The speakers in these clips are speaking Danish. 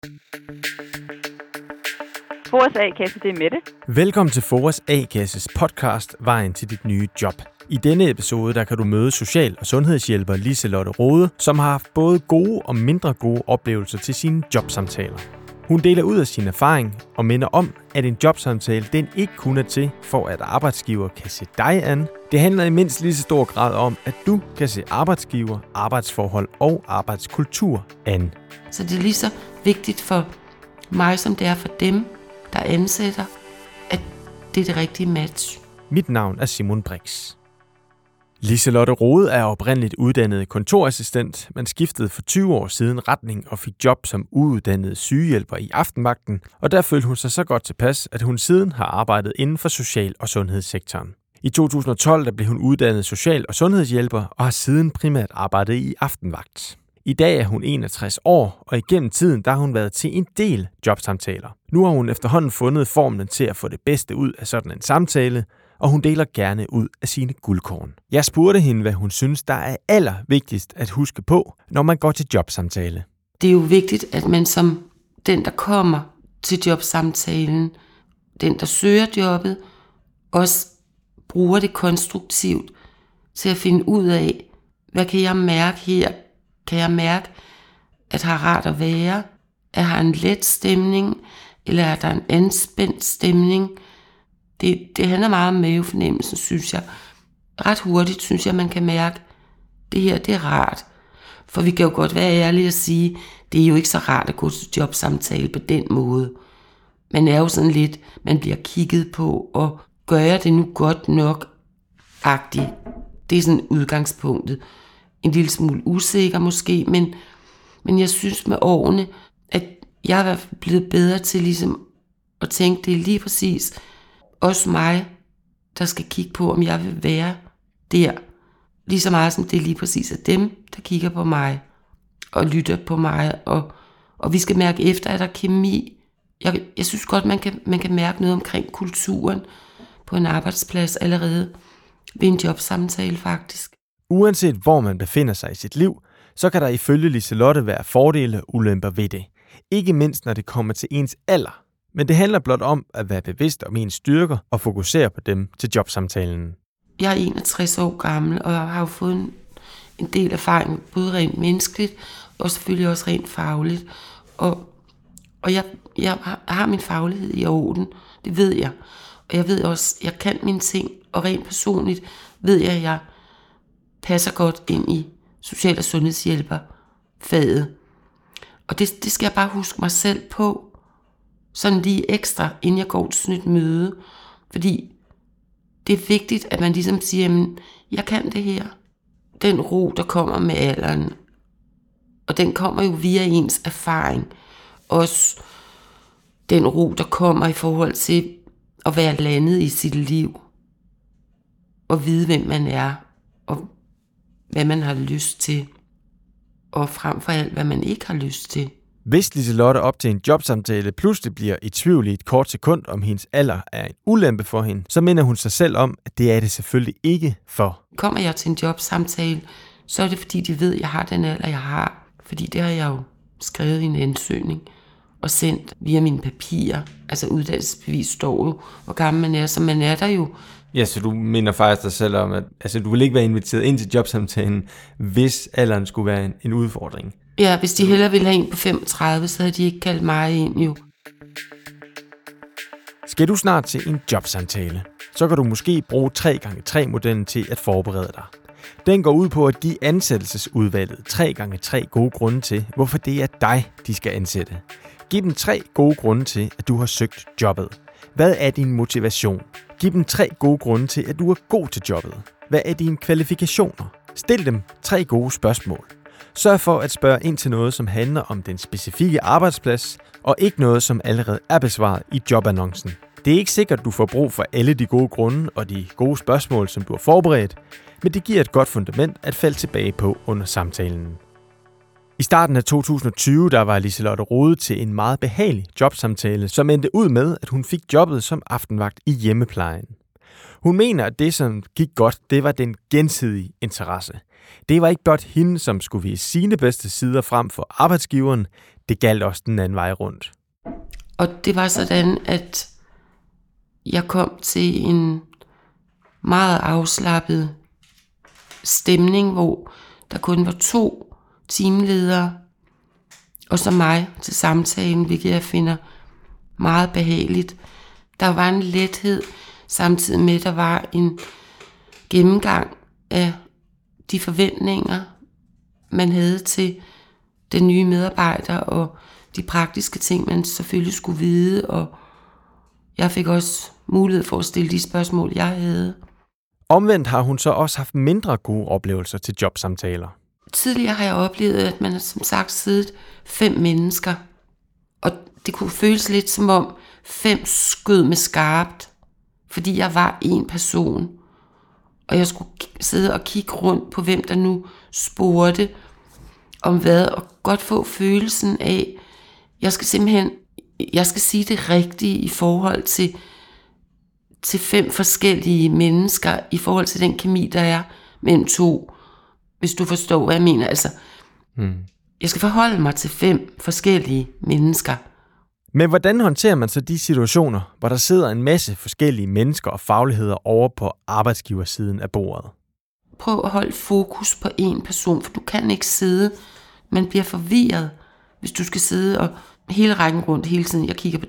FOA's A-kasse, det er Mette. Velkommen til FOA's A-kasses podcast Vejen til dit nye job. I denne episode der kan du møde social- og sundhedshjælper Liselotte Rode, som har haft både gode og mindre gode oplevelser til sine jobsamtaler. Hun deler ud af sin erfaring og minder om, at en jobsamtale den ikke kun er til for, at arbejdsgiver kan se dig an. Det handler i mindst lige så stor grad om, at du kan se arbejdsgiver, arbejdsforhold og arbejdskultur an. Så det er lige så vigtigt for mig, som det er for dem, der ansætter, at det er det rigtige match. Mit navn er Simon Brix. Liselotte Rode er oprindeligt uddannet kontorassistent, men skiftede for 20 år siden retning og fik job som uuddannet sygehjælper i Aftenvagten, og der følte hun sig så godt tilpas, at hun siden har arbejdet inden for social- og sundhedssektoren. I 2012 der blev hun uddannet social- og sundhedshjælper og har siden primært arbejdet i Aftenvagt. I dag er hun 61 år, og igennem tiden der har hun været til en del jobsamtaler. Nu har hun efterhånden fundet formlen til at få det bedste ud af sådan en samtale, og hun deler gerne ud af sine guldkorn. Jeg spurgte hende, hvad hun synes, der er allervigtigst at huske på, når man går til jobsamtale. Det er jo vigtigt, at man som den, der kommer til jobsamtalen, den, der søger jobbet, også bruger det konstruktivt til at finde ud af, hvad kan jeg mærke her? Kan jeg mærke, at har rart at være? Er der en let stemning? Eller er der en anspændt stemning? Det handler meget om mavefornemmelsen, synes jeg. Ret hurtigt synes jeg, man kan mærke, det her, det er rart. For vi kan jo godt være ærlige og sige, det er jo ikke så rart at gå til jobsamtale på den måde. Man er jo sådan lidt, man bliver kigget på, og gør jeg det nu godt nok-agtigt? Det er sådan udgangspunktet. En lille smule usikker måske, men jeg synes med årene, at jeg er blevet bedre til ligesom at tænke, det er lige præcis også mig, der skal kigge på, om jeg vil være der. Lige så meget som det er lige præcis af dem, der kigger på mig og lytter på mig. Og vi skal mærke efter, at der er kemi. Jeg synes godt, man kan mærke noget omkring kulturen på en arbejdsplads allerede ved en jobsamtale faktisk. Uanset hvor man befinder sig i sit liv, så kan der ifølge Liselotte være fordele og ulemper ved det. Ikke mindst når det kommer til ens alder. Men det handler blot om at være bevidst om ens styrker og fokusere på dem til jobsamtalen. Jeg er 61 år gammel, og jeg har jo fået en del erfaring, både rent menneskeligt og selvfølgelig også rent fagligt. Og jeg har min faglighed i orden, det ved jeg. Og jeg ved også, jeg kan mine ting, og rent personligt ved jeg, at jeg passer godt ind i social- og sundhedshjælperfaget. Og det skal jeg bare huske mig selv på, sådan lige ekstra, inden jeg går til sådan et møde. Fordi det er vigtigt, at man ligesom siger, jamen, jeg kan det her. Den ro, der kommer med alderen, og den kommer jo via ens erfaring. Også den ro, der kommer i forhold til at være landet i sit liv. Og vide, hvem man er, og hvad man har lyst til. Og frem for alt, hvad man ikke har lyst til. Hvis Liselotte op til en jobsamtale pludselig bliver i tvivl i et kort sekund, om hendes alder er en ulempe for hende, så minder hun sig selv om, at det er det selvfølgelig ikke for. Kommer jeg til en jobsamtale, så er det fordi, de ved, at jeg har den alder, jeg har. Fordi det har jeg jo skrevet i en ansøgning og sendt via mine papirer. Altså uddannelsesbevis står jo, hvor gammel man er, så man er der jo. Ja, så du minder faktisk dig selv om, at du vil ikke være inviteret ind til jobsamtalen, hvis alderen skulle være en udfordring. Ja, hvis de hellere ville have en på 35, så havde de ikke kaldt mig ind jo. Skal du snart til en jobsamtale, så kan du måske bruge 3x3-modellen til at forberede dig. Den går ud på at give ansættelsesudvalget 3x3 gode grunde til, hvorfor det er dig, de skal ansætte. Giv dem 3 gode grunde til, at du har søgt jobbet. Hvad er din motivation? Giv dem 3 gode grunde til, at du er god til jobbet. Hvad er dine kvalifikationer? Stil dem 3 gode spørgsmål. Sørg for at spørge ind til noget, som handler om den specifikke arbejdsplads, og ikke noget, som allerede er besvaret i jobannoncen. Det er ikke sikkert, at du får brug for alle de gode grunde og de gode spørgsmål, som du har forberedt, men det giver et godt fundament at falde tilbage på under samtalen. I starten af 2020 der var Liselotte Rode til en meget behagelig jobsamtale, som endte ud med, at hun fik jobbet som aftenvagt i hjemmeplejen. Hun mener, at det, som gik godt, det var den gensidige interesse. Det var ikke blot hende, som skulle vise sine bedste sider frem for arbejdsgiveren. det galt også den anden vej rundt. Og det var sådan, at jeg kom til en meget afslappet stemning, hvor der kun var 2 teamledere, og så mig til samtalen, hvilket jeg finder meget behageligt. Der var en lethed, samtidig med, at der var en gennemgang af de forventninger, man havde til den nye medarbejder, og de praktiske ting, man selvfølgelig skulle vide, og jeg fik også mulighed for at stille de spørgsmål, jeg havde. Omvendt har hun så også haft mindre gode oplevelser til jobsamtaler. Tidligere har jeg oplevet, at man har som sagt siddet 5 mennesker, og det kunne føles lidt som om 5 skød med skarpt, fordi jeg var en person, og jeg skulle sidde og kigge rundt på, hvem der nu spurgte om hvad, og godt få følelsen af, jeg skal sige det rigtige i forhold til 5 forskellige mennesker, i forhold til den kemi, der er mellem 2, hvis du forstår, hvad jeg mener. Altså, jeg skal forholde mig til 5 forskellige mennesker. Men hvordan håndterer man så de situationer, hvor der sidder en masse forskellige mennesker og fagligheder over på arbejdsgiversiden af bordet? Prøv at holde fokus på en person, for du kan ikke sidde. Man bliver forvirret, hvis du skal sidde og hele rækken rundt hele tiden. Jeg kigger på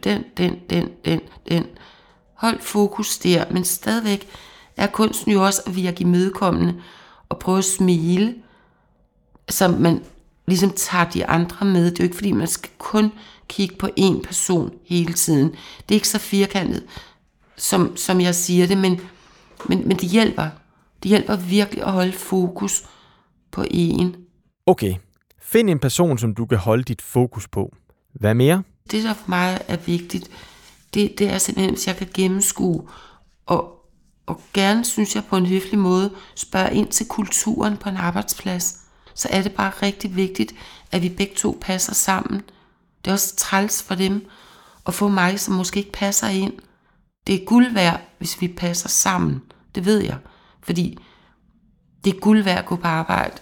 den. Hold fokus der, men stadigvæk er kunsten jo også at virke imødekommende og prøve at smile, så man ligesom tager de andre med. Det er jo ikke, fordi man skal kun kigge på én person hele tiden. Det er ikke så firkantet, som jeg siger det, men det hjælper. Det hjælper virkelig at holde fokus på én. Okay, find en person, som du kan holde dit fokus på. Hvad mere? Det, der for mig er vigtigt, det er simpelthen, hvis jeg kan gennemskue, og gerne, synes jeg, på en høflig måde, spørge ind til kulturen på en arbejdsplads, så er det bare rigtig vigtigt, at vi begge 2 passer sammen. Det er også træls for dem at få mig, som måske ikke passer ind. Det er guld værd, hvis vi passer sammen. Det ved jeg. Fordi det er guld værd at gå på arbejde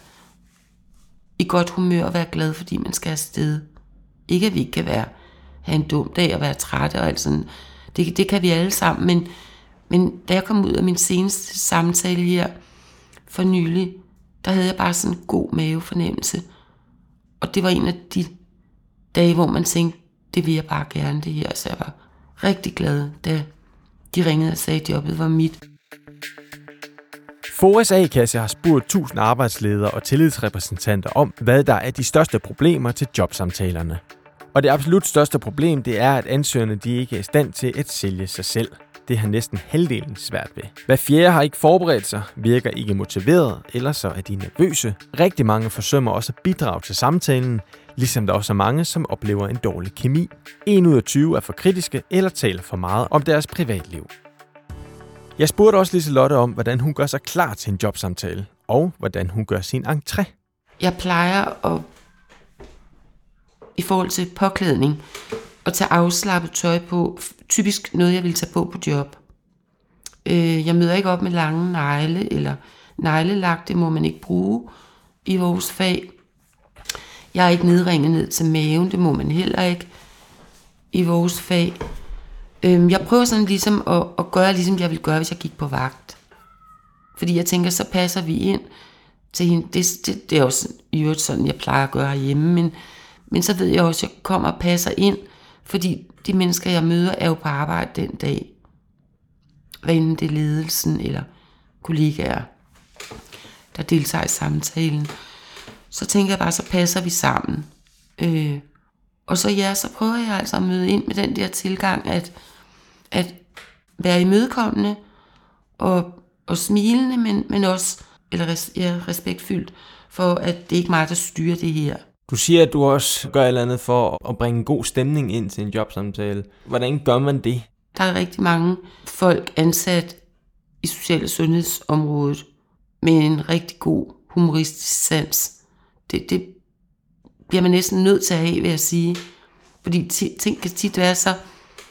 i godt humør og være glad, fordi man skal afsted. Ikke at vi ikke kan have en dum dag og være trætte og alt sådan. Det kan vi alle sammen. Men da jeg kom ud af min seneste samtale her for nylig, der havde jeg bare sådan en god mavefornemmelse. Og det var en af de dage, hvor man tænkte, det vil jeg bare gerne det her. Så jeg var rigtig glad, da de ringede og sagde, at jobbet var mit. FOAs A-kasse har spurgt 1000 arbejdsledere og tillidsrepræsentanter om, hvad der er de største problemer til jobsamtalerne. Og det absolut største problem, det er, at ansøgerne de ikke er i stand til at sælge sig selv. Det har næsten halvdelen svært ved. Hver fjerde har ikke forberedt sig, virker ikke motiveret, eller så er de nervøse. Rigtig mange forsømmer også at bidrage til samtalen, ligesom der også er mange, som oplever en dårlig kemi. 1 ud af 20 er for kritiske eller taler for meget om deres privatliv. Jeg spurgte også Liselotte om, hvordan hun gør sig klar til en jobsamtale, og hvordan hun gør sin entré. Jeg plejer at, i forhold til påklædning, at tage afslappet tøj på, typisk noget, jeg vil tage på job. Jeg møder ikke op med lange negle, eller neglelak, det må man ikke bruge i vores fag. Jeg er ikke nedringet ned til maven, det må man heller ikke i vores fag. Jeg prøver sådan ligesom at gøre, ligesom jeg ville gøre, hvis jeg gik på vagt. Fordi jeg tænker, så passer vi ind til hende. Det er også i øvrigt sådan, jeg plejer at gøre hjemme, men så ved jeg også, at jeg kommer og passer ind, fordi de mennesker, jeg møder, er jo på arbejde den dag. Hvad enten det er ledelsen eller kollegaer, der deltager i samtalen. Så tænker jeg bare, så passer vi sammen. Og så prøver jeg altså at møde ind med den der tilgang, at være imødekommende og smilende, men også respektfyldt, for at det ikke er mig, der styrer det her. Du siger, at du også gør et eller andet for at bringe en god stemning ind til en jobsamtale. Hvordan gør man det? Der er rigtig mange folk ansat i social- og sundhedsområdet med en rigtig god humoristisk sans. Det bliver man næsten nødt til at have, vil jeg sige. Fordi ting kan tit være så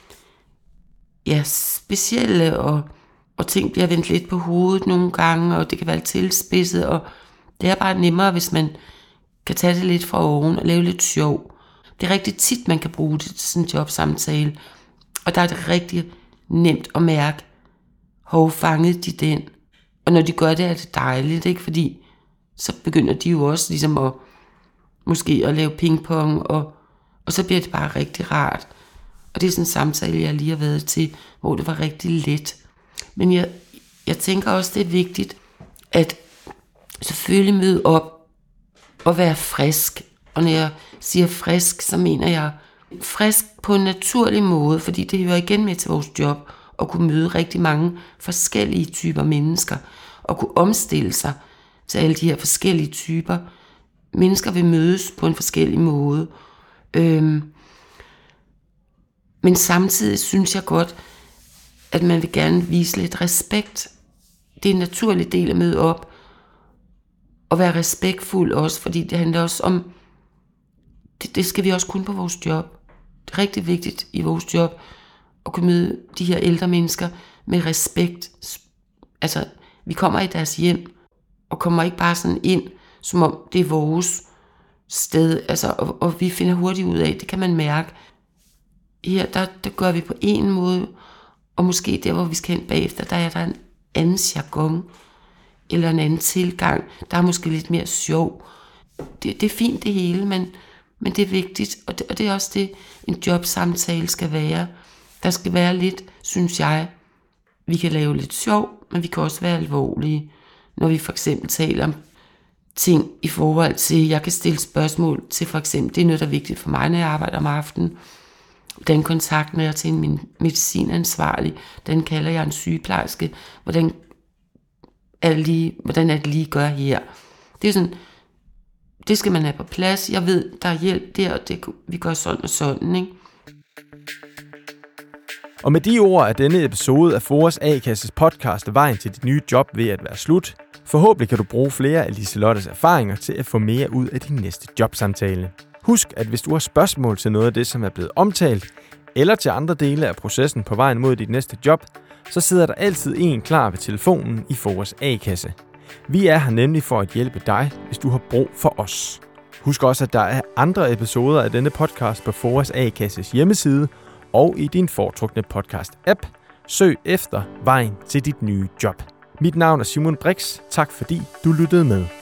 specielle, og ting bliver vendt lidt på hovedet nogle gange, og det kan være tilspidset, og det er bare nemmere, hvis man kan tage det lidt fra oven og lave lidt sjov. Det er rigtig tit, man kan bruge det til sådan en jobsamtale. Og der er det rigtig nemt at mærke, fangede de den? Og når de gør det, er det dejligt, ikke? Fordi så begynder de jo også ligesom måske at lave pingpong, og så bliver det bare rigtig rart. Og det er sådan en samtale, jeg lige har været til, hvor det var rigtig let. Men jeg tænker også, det er vigtigt, at selvfølgelig møde op og være frisk. Og når jeg siger frisk, så mener jeg frisk på en naturlig måde, fordi det hører igen med til vores job, at kunne møde rigtig mange forskellige typer mennesker, og kunne omstille sig til alle de her forskellige typer. Mennesker vil mødes på en forskellig måde. Men samtidig synes jeg godt, at man vil gerne vise lidt respekt. Det er en naturlig del at møde op, og være respektfuld også, fordi det handler også om, det skal vi også kunne på vores job. Det er rigtig vigtigt i vores job, at kunne møde de her ældre mennesker med respekt. Altså, vi kommer i deres hjem, og kommer ikke bare sådan ind, som om det er vores sted, altså, og vi finder hurtigt ud af, det kan man mærke. Her, der gør vi på en måde, og måske der, hvor vi skal hen bagefter, der er der en anden jargon, eller en anden tilgang, der er måske lidt mere sjov. Det er fint det hele, men det er vigtigt, og det er også det, en jobsamtale skal være. Der skal være lidt, synes jeg, vi kan lave lidt sjov, men vi kan også være alvorlige, når vi for eksempel taler om ting i forhold til, jeg kan stille spørgsmål til for eksempel, det er noget, der er vigtigt for mig, når jeg arbejder om aftenen. Den kontakt med til en medicinansvarlig, den kalder jeg en sygeplejerske, hvordan er det lige gør her. Det er sådan, det skal man have på plads. Jeg ved, der er hjælp der, og vi gør sådan og sådan, ikke? Og med de ord er denne episode af FOA's A-kasses podcast Vejen til dit nye job ved at være slut. Forhåbentlig kan du bruge flere af Liselottes erfaringer til at få mere ud af din næste jobsamtale. Husk, at hvis du har spørgsmål til noget af det, som er blevet omtalt, eller til andre dele af processen på vejen mod dit næste job, så sidder der altid en klar ved telefonen i FOA's A-kasse. Vi er her nemlig for at hjælpe dig, hvis du har brug for os. Husk også, at der er andre episoder af denne podcast på FOA's A-kasses hjemmeside og i din foretrukne podcast-app. Søg efter Vejen til dit nye job. Mit navn er Simon Brix. Tak fordi du lyttede med.